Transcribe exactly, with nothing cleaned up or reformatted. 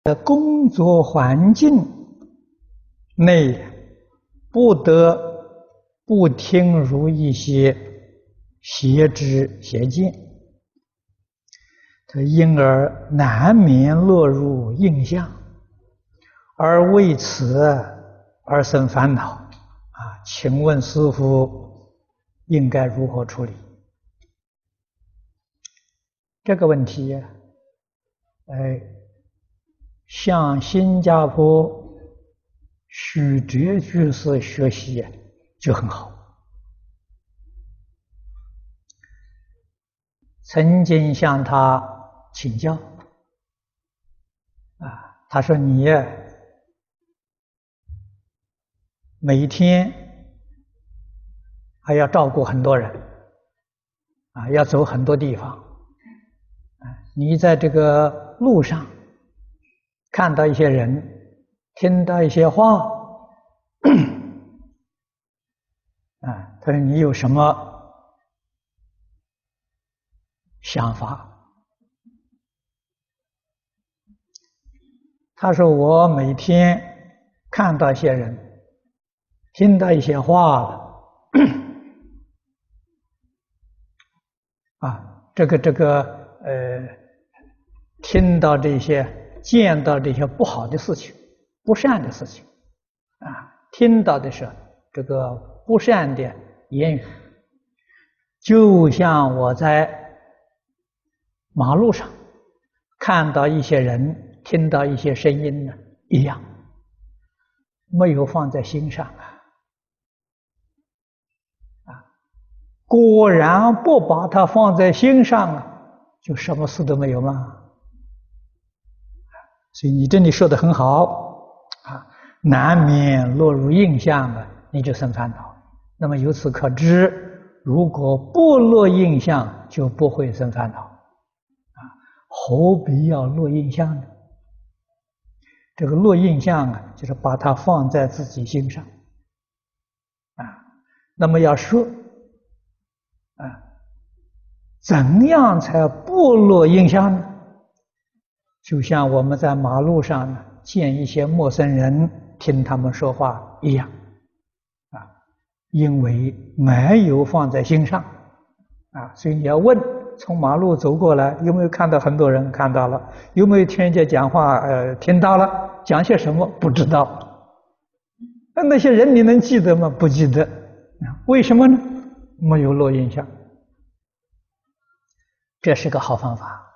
的工作环境内，不得不听入一些邪知邪见，因而难免落入印象，而为此而生烦恼啊！请问师父应该如何处理这个问题？哎，向新加坡许哲居士学习就很好。曾经向他请教啊，他说你每天还要照顾很多人啊，要走很多地方啊，你在这个路上看到一些人，听到一些话啊，他说你有什么想法？他说我每天看到一些人，听到一些话啊，这个这个呃，听到这些，见到这些不好的事情，不善的事情啊，听到的是这个不善的言语，就像我在马路上看到一些人，听到一些声音呢一样，没有放在心上啊！啊，果然不把它放在心上啊，就什么事都没有嘛。所以你这里说的很好啊，难免落入印象啊，你就生烦恼。那么由此可知，如果不落印象，就不会生烦恼啊，何必要落印象呢？这个落印象啊，就是把它放在自己心上啊。那么要说啊，怎样才不落印象呢？就像我们在马路上呢，见一些陌生人，听他们说话一样啊，因为没有放在心上啊，所以你要问。从马路走过来，有没有看到很多人？看到了。有没有听人家讲话？呃，听到了。讲些什么？不知道。那那些人你能记得吗？不记得。为什么呢？没有落印象。这是个好方法。